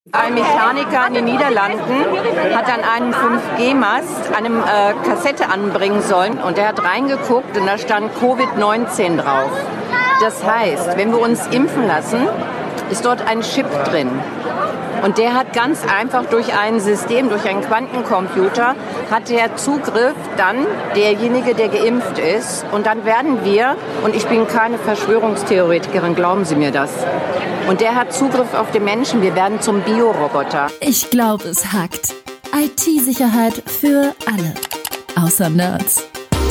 Ein Mechaniker in den Niederlanden hat an einem 5G-Mast eine Kassette anbringen sollen und er hat reingeguckt und da stand Covid-19 drauf. Das heißt, wenn wir uns impfen lassen, ist dort ein Chip drin. Und der hat ganz einfach durch ein System, durch einen Quantencomputer, hat der Zugriff dann, derjenige, der geimpft ist. Und dann werden wir, und ich bin keine Verschwörungstheoretikerin, glauben Sie mir das. Und der hat Zugriff auf den Menschen, wir werden zum Bioroboter. Ich glaube, es hackt. IT-Sicherheit für alle. Außer Nerds.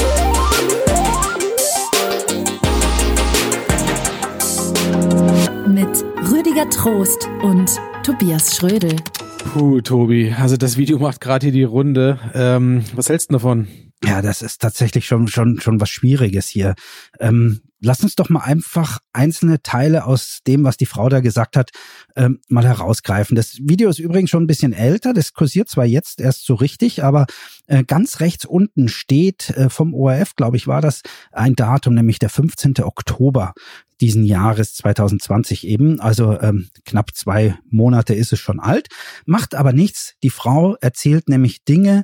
Mit Rüdiger Trost und Tobias Schrödel. Puh, Tobi, also das Video macht gerade hier die Runde. Was hältst du davon? Ja, das ist tatsächlich schon was Schwieriges hier. Lass uns doch mal einfach einzelne Teile aus dem, was die Frau da gesagt hat, mal herausgreifen. Das Video ist übrigens schon ein bisschen älter, das kursiert zwar jetzt erst so richtig, aber ganz rechts unten steht vom ORF, glaube ich, war das ein Datum, nämlich der 15. Oktober diesen Jahres 2020 eben, also knapp 2 Monate ist es schon alt, macht aber nichts. Die Frau erzählt nämlich Dinge,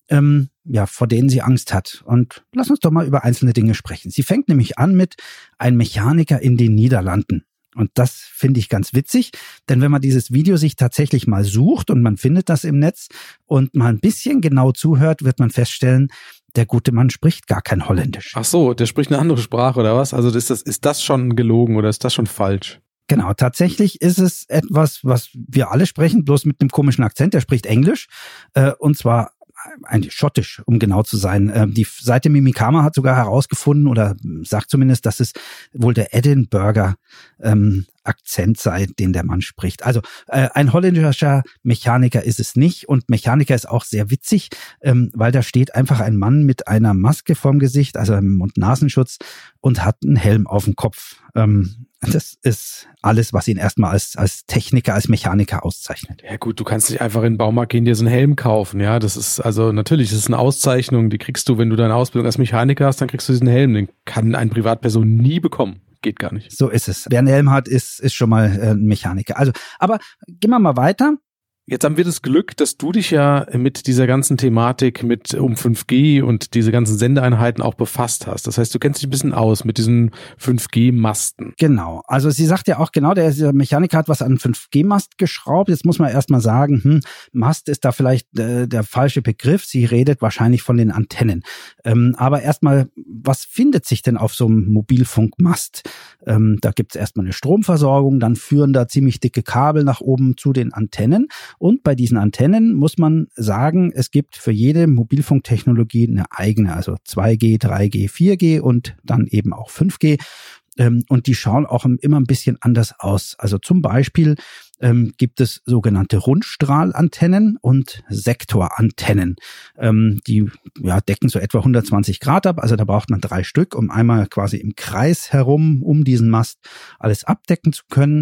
vor denen sie Angst hat. Und lass uns doch mal über einzelne Dinge sprechen. Sie fängt nämlich an mit einem Mechaniker in den Niederlanden. Und das finde ich ganz witzig, denn wenn man dieses Video sich tatsächlich mal sucht und man findet das im Netz und mal ein bisschen genau zuhört, wird man feststellen, der gute Mann spricht gar kein Holländisch. Ach so, der spricht eine andere Sprache oder was? Also ist das schon gelogen oder ist das schon falsch? Genau, tatsächlich ist es etwas, was wir alle sprechen, bloß mit einem komischen Akzent. Der spricht Englisch und zwar eigentlich schottisch, um genau zu sein. Die Seite Mimikama hat sogar herausgefunden oder sagt zumindest, dass es wohl der Edinburgher Akzent sei, den der Mann spricht. Also ein holländischer Mechaniker ist es nicht und Mechaniker ist auch sehr witzig, weil da steht einfach ein Mann mit einer Maske vorm Gesicht, also einem Mund-Nasenschutz und hat einen Helm auf dem Kopf. Das ist alles, was ihn erstmal als Techniker, als Mechaniker auszeichnet. Ja gut, du kannst nicht einfach in den Baumarkt gehen, dir so einen Helm kaufen, ja. Das ist also natürlich, das ist eine Auszeichnung, die kriegst du, wenn du deine Ausbildung als Mechaniker hast, dann kriegst du diesen Helm. Den kann eine Privatperson nie bekommen. Geht gar nicht. So ist es. Wer einen Helm hat, ist schon mal ein Mechaniker. Also, aber gehen wir mal weiter. Jetzt haben wir das Glück, dass du dich ja mit dieser ganzen Thematik um 5G und diese ganzen Sendeeinheiten auch befasst hast. Das heißt, du kennst dich ein bisschen aus mit diesen 5G-Masten. Genau. Also sie sagt ja auch genau, der Mechaniker hat was an 5G-Mast geschraubt. Jetzt muss man erstmal sagen, Mast ist da vielleicht der falsche Begriff. Sie redet wahrscheinlich von den Antennen. Aber erstmal, was findet sich denn auf so einem Mobilfunkmast? Da gibt es erstmal eine Stromversorgung, dann führen da ziemlich dicke Kabel nach oben zu den Antennen. Und bei diesen Antennen muss man sagen, es gibt für jede Mobilfunktechnologie eine eigene, also 2G, 3G, 4G und dann eben auch 5G. Und die schauen auch immer ein bisschen anders aus. Also zum Beispiel gibt es sogenannte Rundstrahlantennen und Sektorantennen. Die decken so etwa 120 Grad ab. Also da braucht man 3 Stück, um einmal quasi im Kreis herum um diesen Mast alles abdecken zu können.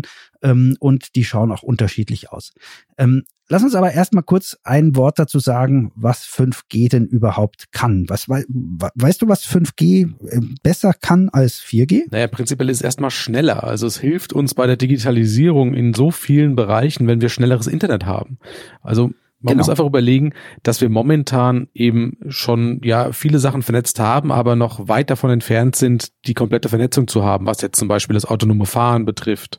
Und die schauen auch unterschiedlich aus. Lass uns aber erstmal kurz ein Wort dazu sagen, was 5G denn überhaupt kann. Weißt du, was 5G besser kann als 4G? Naja, prinzipiell ist es erstmal schneller. Also es hilft uns bei der Digitalisierung in so vielen Bereichen, wenn wir schnelleres Internet haben. Also man muss einfach überlegen, dass wir momentan eben schon viele Sachen vernetzt haben, aber noch weit davon entfernt sind, die komplette Vernetzung zu haben, was jetzt zum Beispiel das autonome Fahren betrifft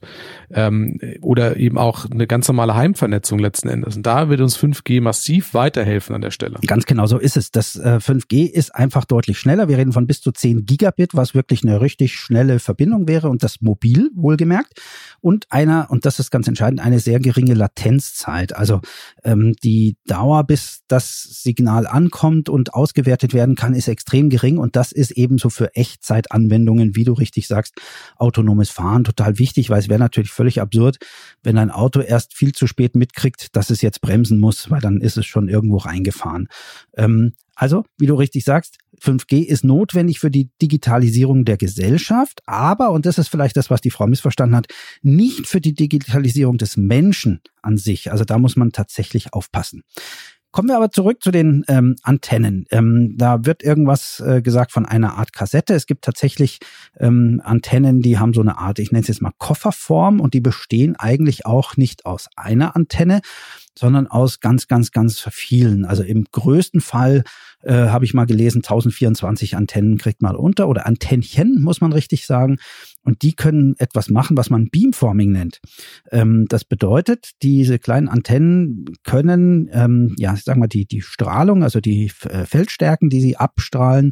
oder eben auch eine ganz normale Heimvernetzung letzten Endes. Und da wird uns 5G massiv weiterhelfen an der Stelle. Ganz genau so ist es. Das 5G ist einfach deutlich schneller. Wir reden von bis zu 10 Gigabit, was wirklich eine richtig schnelle Verbindung wäre und das mobil wohlgemerkt. Und das ist ganz entscheidend, eine sehr geringe Latenzzeit. Also die Dauer, bis das Signal ankommt und ausgewertet werden kann, ist extrem gering und das ist ebenso für Echtzeitanwendungen, wie du richtig sagst, autonomes Fahren total wichtig, weil es wäre natürlich völlig absurd, wenn ein Auto erst viel zu spät mitkriegt, dass es jetzt bremsen muss, weil dann ist es schon irgendwo reingefahren. Also, wie du richtig sagst, 5G ist notwendig für die Digitalisierung der Gesellschaft, aber, und das ist vielleicht das, was die Frau missverstanden hat, nicht für die Digitalisierung des Menschen an sich. Also da muss man tatsächlich aufpassen. Kommen wir aber zurück zu den Antennen. Da wird irgendwas gesagt von einer Art Kassette. Es gibt tatsächlich Antennen, die haben so eine Art, ich nenne es jetzt mal Kofferform, und die bestehen eigentlich auch nicht aus einer Antenne, sondern aus ganz, ganz, ganz vielen. Also im größten Fall habe ich mal gelesen, 1024 Antennen kriegt man unter, oder Antennchen, muss man richtig sagen. Und die können etwas machen, was man Beamforming nennt. Das bedeutet, diese kleinen Antennen können, ich sag mal, die Strahlung, also die Feldstärken, die sie abstrahlen,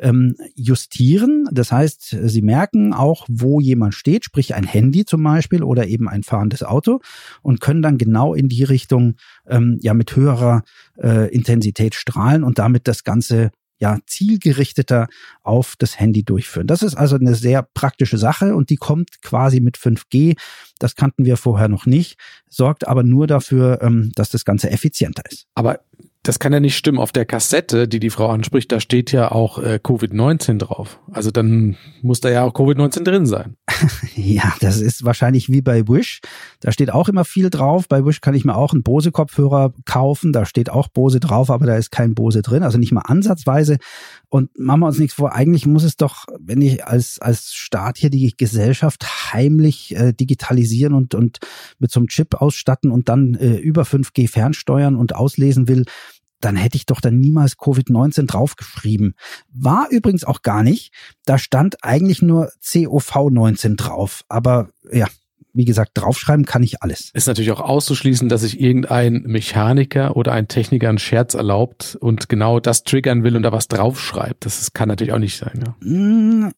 justieren. Das heißt, sie merken auch, wo jemand steht, sprich ein Handy zum Beispiel oder eben ein fahrendes Auto, und können dann genau in die Richtung mit höherer Intensität strahlen und damit das Ganze zielgerichteter auf das Handy durchführen. Das ist also eine sehr praktische Sache, und die kommt quasi mit 5G. Das kannten wir vorher noch nicht, sorgt aber nur dafür, dass das Ganze effizienter ist. Aber das kann ja nicht stimmen. Auf der Kassette, die Frau anspricht, da steht ja auch Covid-19 drauf. Also dann muss da ja auch Covid-19 drin sein. Ja, das ist wahrscheinlich wie bei Wish. Da steht auch immer viel drauf. Bei Wish kann ich mir auch einen Bose-Kopfhörer kaufen. Da steht auch Bose drauf, aber da ist kein Bose drin. Also nicht mal ansatzweise. Und machen wir uns nichts vor. Eigentlich muss es doch, wenn ich als Staat hier die Gesellschaft heimlich digitalisieren und mit so einem Chip ausstatten und dann über 5G fernsteuern und auslesen will, dann hätte ich doch dann niemals Covid-19 draufgeschrieben. War übrigens auch gar nicht. Da stand eigentlich nur COV-19 drauf. Aber ja, wie gesagt, draufschreiben kann ich alles. Ist natürlich auch auszuschließen, dass sich irgendein Mechaniker oder ein Techniker einen Scherz erlaubt und genau das triggern will und da was draufschreibt. Das kann natürlich auch nicht sein, ja.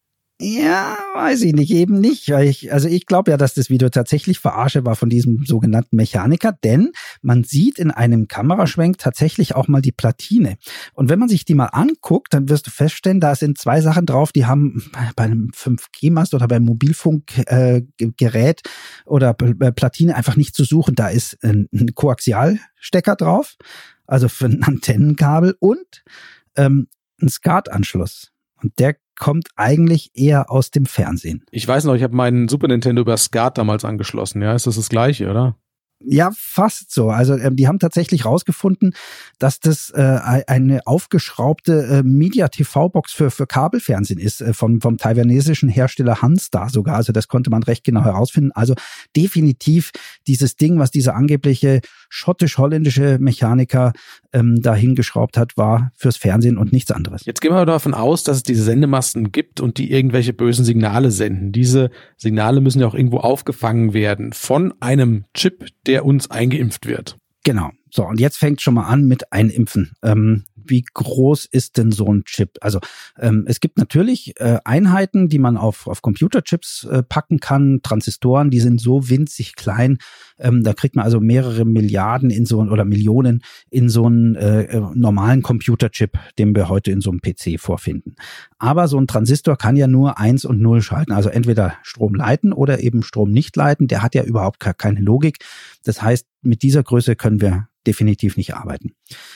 Ja, weiß ich nicht, eben nicht. Ich glaube ja, dass das Video tatsächlich Verarsche war von diesem sogenannten Mechaniker, denn man sieht in einem Kameraschwenk tatsächlich auch mal die Platine. Und wenn man sich die mal anguckt, dann wirst du feststellen, da sind zwei Sachen drauf, die haben bei einem 5G-Mast oder beim Mobilfunkgerät oder Platine einfach nicht zu suchen. Da ist ein Koaxialstecker drauf, also für ein Antennenkabel, und ein SCART-Anschluss. Und der kommt eigentlich eher aus dem Fernsehen. Ich weiß noch, ich habe meinen Super Nintendo über SCART damals angeschlossen. Ja, ist das Gleiche, oder? Ja, fast so. Also die haben tatsächlich rausgefunden, dass das eine aufgeschraubte Media-TV-Box für Kabelfernsehen ist, vom taiwanesischen Hersteller Hanstar sogar. Also das konnte man recht genau herausfinden. Also definitiv dieses Ding, was dieser angebliche schottisch-holländische Mechaniker da hingeschraubt hat, war fürs Fernsehen und nichts anderes. Jetzt gehen wir davon aus, dass es diese Sendemasten gibt und die irgendwelche bösen Signale senden. Diese Signale müssen ja auch irgendwo aufgefangen werden von einem Chip, der uns eingeimpft wird. Genau. So, und jetzt fängt schon mal an mit Einimpfen. Wie groß ist denn so ein Chip? Also es gibt natürlich Einheiten, die man auf Computerchips packen kann, Transistoren, die sind so winzig klein, da kriegt man also mehrere Milliarden oder Millionen in so einen normalen Computerchip, den wir heute in so einem PC vorfinden. Aber so ein Transistor kann ja nur 1 und 0 schalten, also entweder Strom leiten oder eben Strom nicht leiten. Der hat ja überhaupt keine Logik. Das heißt, mit dieser Größe können wir definitiv nicht arbeiten.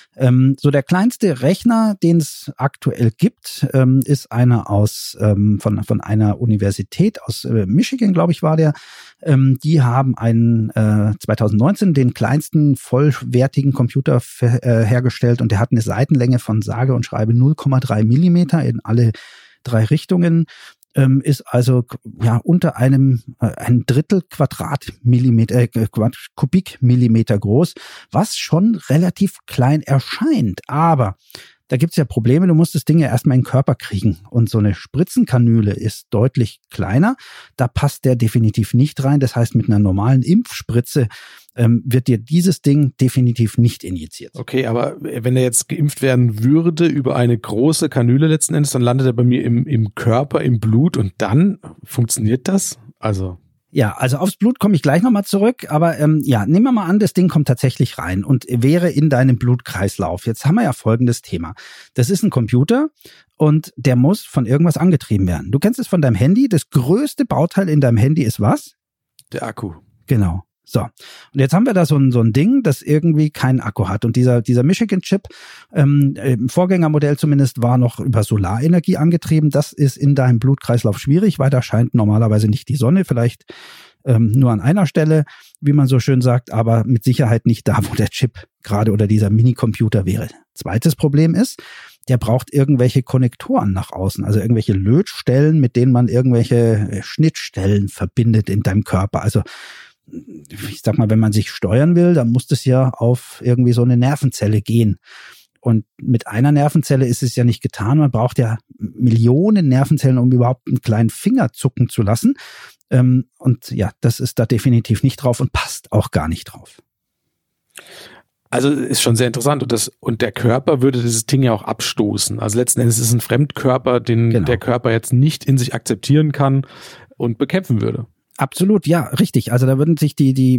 So der kleinste Rechner, den es aktuell gibt, ist einer von einer Universität aus Michigan, glaube ich, war der. Die haben 2019 den kleinsten vollwertigen Computer hergestellt, und der hat eine Seitenlänge von sage und schreibe 0,3 Millimeter in alle 3 Richtungen. Ist also unter ein Drittel Kubikmillimeter groß, was schon relativ klein erscheint. Aber da gibt's ja Probleme, du musst das Ding ja erstmal in den Körper kriegen. Und so eine Spritzenkanüle ist deutlich kleiner. Da passt der definitiv nicht rein. Das heißt, mit einer normalen Impfspritze wird dir dieses Ding definitiv nicht injiziert. Okay, aber wenn er jetzt geimpft werden würde über eine große Kanüle letzten Endes, dann landet er bei mir im Körper, im Blut, und dann funktioniert das? Also aufs Blut komme ich gleich nochmal zurück, aber nehmen wir mal an, das Ding kommt tatsächlich rein und wäre in deinem Blutkreislauf. Jetzt haben wir ja folgendes Thema. Das ist ein Computer und der muss von irgendwas angetrieben werden. Du kennst es von deinem Handy. Das größte Bauteil in deinem Handy ist was? Der Akku. Genau. So, und jetzt haben wir da so ein Ding, das irgendwie keinen Akku hat. Und dieser Michigan-Chip, im Vorgängermodell zumindest, war noch über Solarenergie angetrieben. Das ist in deinem Blutkreislauf schwierig, weil da scheint normalerweise nicht die Sonne. Vielleicht nur an einer Stelle, wie man so schön sagt, aber mit Sicherheit nicht da, wo der Chip gerade oder dieser Minicomputer wäre. Zweites Problem ist, der braucht irgendwelche Konnektoren nach außen, also irgendwelche Lötstellen, mit denen man irgendwelche Schnittstellen verbindet in deinem Körper. Also ich sag mal, wenn man sich steuern will, dann muss das ja auf irgendwie so eine Nervenzelle gehen. Und mit einer Nervenzelle ist es ja nicht getan. Man braucht ja Millionen Nervenzellen, um überhaupt einen kleinen Finger zucken zu lassen. Und ja, das ist da definitiv nicht drauf und passt auch gar nicht drauf. Also ist schon sehr interessant und der Körper würde dieses Ding ja auch abstoßen. Also letzten Endes ist es ein Fremdkörper, den der Körper jetzt nicht in sich akzeptieren kann und bekämpfen würde. Absolut, ja, richtig. Also da würden sich die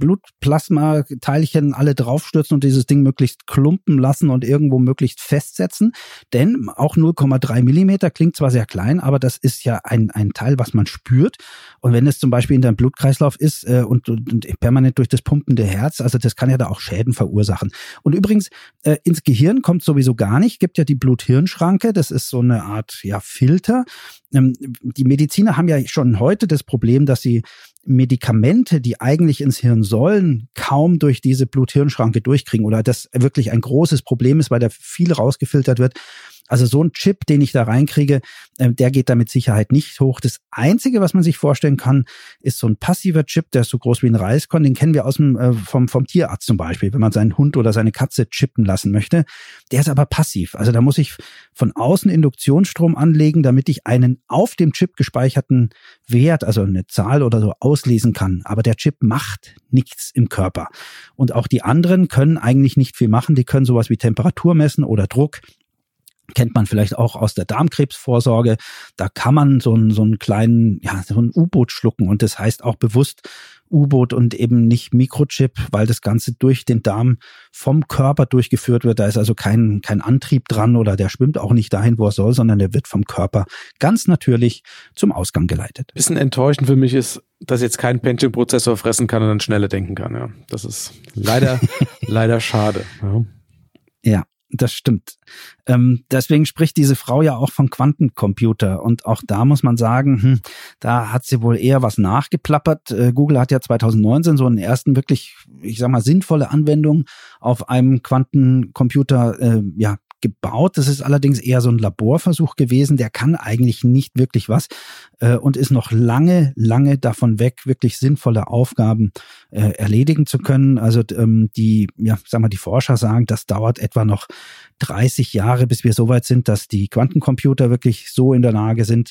Blutplasma-Teilchen alle draufstürzen und dieses Ding möglichst klumpen lassen und irgendwo möglichst festsetzen. Denn auch 0,3 Millimeter klingt zwar sehr klein, aber das ist ja ein Teil, was man spürt. Und wenn es zum Beispiel in deinem Blutkreislauf ist und permanent durch das pumpende Herz, also das kann ja da auch Schäden verursachen. Und übrigens, ins Gehirn kommt sowieso gar nicht. Gibt ja die Blut-Hirn-Schranke, das ist so eine Art Filter. Die Mediziner haben ja schon heute das Problem, dass sie Medikamente, die eigentlich ins Hirn sollen, kaum durch diese Blut-Hirn-Schranke durchkriegen oder das wirklich ein großes Problem ist, weil da viel rausgefiltert wird. Also so ein Chip, den ich da reinkriege, der geht da mit Sicherheit nicht hoch. Das Einzige, was man sich vorstellen kann, ist so ein passiver Chip, der ist so groß wie ein Reiskorn. Den kennen wir aus vom Tierarzt zum Beispiel, wenn man seinen Hund oder seine Katze chippen lassen möchte. Der ist aber passiv. Also da muss ich von außen Induktionsstrom anlegen, damit ich einen auf dem Chip gespeicherten Wert, also eine Zahl oder so, auslesen kann. Aber der Chip macht nichts im Körper. Und auch die anderen können eigentlich nicht viel machen. Die können sowas wie Temperatur messen oder Druck. Kennt man vielleicht auch aus der Darmkrebsvorsorge. Da kann man so einen kleinen, so ein U-Boot schlucken und das heißt auch bewusst U-Boot und eben nicht Mikrochip, weil das Ganze durch den Darm vom Körper durchgeführt wird. Da ist also kein Antrieb dran oder der schwimmt auch nicht dahin, wo er soll, sondern der wird vom Körper ganz natürlich zum Ausgang geleitet. Bisschen enttäuschend für mich ist, dass jetzt kein Pentium-Prozessor fressen kann und dann schneller denken kann. Ja, das ist leider schade. Ja. Das stimmt. Deswegen spricht diese Frau ja auch von Quantencomputer. Und auch da muss man sagen, da hat sie wohl eher was nachgeplappert. Google hat ja 2019 so einen ersten wirklich, ich sag mal, sinnvolle Anwendung auf einem Quantencomputer gebaut. Das ist allerdings eher so ein Laborversuch gewesen. Der kann eigentlich nicht wirklich was und ist noch lange davon weg, wirklich sinnvolle Aufgaben erledigen zu können. Also die Forscher sagen, das dauert etwa noch 30 Jahre, bis wir so weit sind, dass die Quantencomputer wirklich so in der Lage sind,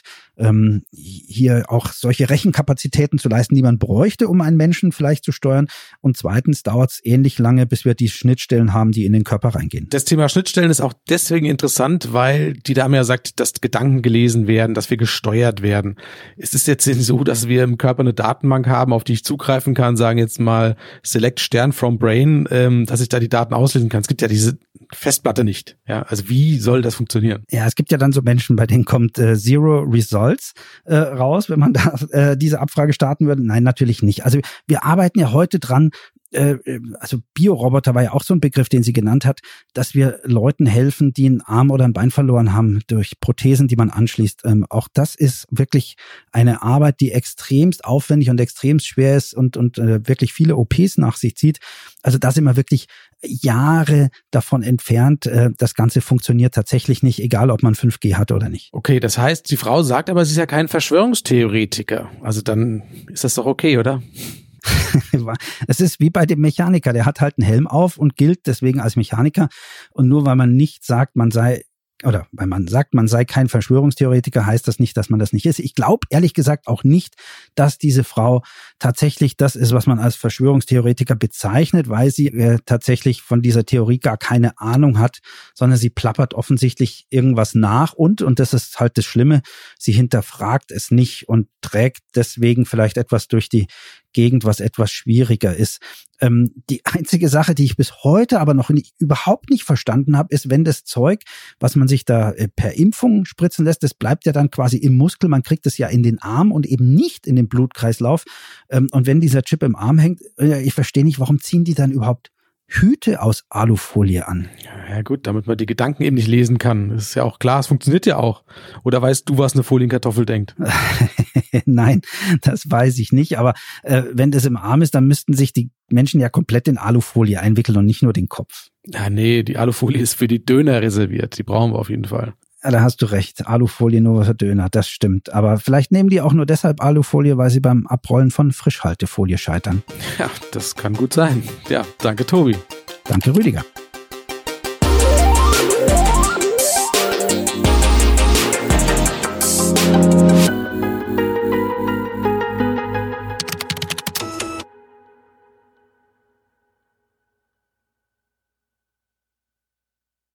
hier auch solche Rechenkapazitäten zu leisten, die man bräuchte, um einen Menschen vielleicht zu steuern. Und zweitens dauert es ähnlich lange, bis wir die Schnittstellen haben, die in den Körper reingehen. Das Thema Schnittstellen ist auch deswegen interessant, weil die Dame ja sagt, dass Gedanken gelesen werden, dass wir gesteuert werden. Ist es jetzt so, dass wir im Körper eine Datenbank haben, auf die ich zugreifen kann, sagen jetzt mal Select Stern from Brain, dass ich da die Daten auslesen kann? Es gibt ja diese Festplatte nicht. Ja, also wie soll das funktionieren? Ja, es gibt ja dann so Menschen, bei denen kommt Zero Results raus, wenn man da diese Abfrage starten würde. Nein, natürlich nicht. Also wir arbeiten ja heute dran, also Bioroboter war ja auch so ein Begriff, den sie genannt hat, dass wir Leuten helfen, die einen Arm oder ein Bein verloren haben durch Prothesen, die man anschließt. Auch das ist wirklich eine Arbeit, die extremst aufwendig und extremst schwer ist und wirklich viele OPs nach sich zieht. Also da sind wir wirklich Jahre davon entfernt. Das Ganze funktioniert tatsächlich nicht, egal ob man 5G hat oder nicht. Okay, das heißt, die Frau sagt aber, sie ist ja kein Verschwörungstheoretiker. Also dann ist das doch okay, oder? Es ist wie bei dem Mechaniker, der hat halt einen Helm auf und gilt deswegen als Mechaniker. Und nur weil man nicht sagt, man sei kein Verschwörungstheoretiker, heißt das nicht, dass man das nicht ist. Ich glaube ehrlich gesagt auch nicht, dass diese Frau tatsächlich das ist, was man als Verschwörungstheoretiker bezeichnet, weil sie tatsächlich von dieser Theorie gar keine Ahnung hat, sondern sie plappert offensichtlich irgendwas nach und das ist halt das Schlimme, sie hinterfragt es nicht und trägt deswegen vielleicht etwas durch die Gegend, was etwas schwieriger ist. Die einzige Sache, die ich bis heute aber noch überhaupt nicht verstanden habe, ist, wenn das Zeug, was man sich da per Impfung spritzen lässt, das bleibt ja dann quasi im Muskel, man kriegt es ja in den Arm und eben nicht in den Blutkreislauf. Und wenn dieser Chip im Arm hängt, ich verstehe nicht, warum ziehen die dann überhaupt Hüte aus Alufolie an. Ja gut, damit man die Gedanken eben nicht lesen kann. Das ist ja auch klar, es funktioniert ja auch. Oder weißt du, was eine Folienkartoffel denkt? Nein, das weiß ich nicht. Aber wenn das im Arm ist, dann müssten sich die Menschen ja komplett in Alufolie einwickeln und nicht nur den Kopf. Ja, nee, die Alufolie ist für die Döner reserviert. Die brauchen wir auf jeden Fall. Ja, da hast du recht. Alufolie nur für Döner, das stimmt. Aber vielleicht nehmen die auch nur deshalb Alufolie, weil sie beim Abrollen von Frischhaltefolie scheitern. Ja, das kann gut sein. Ja, danke Tobi. Danke Rüdiger.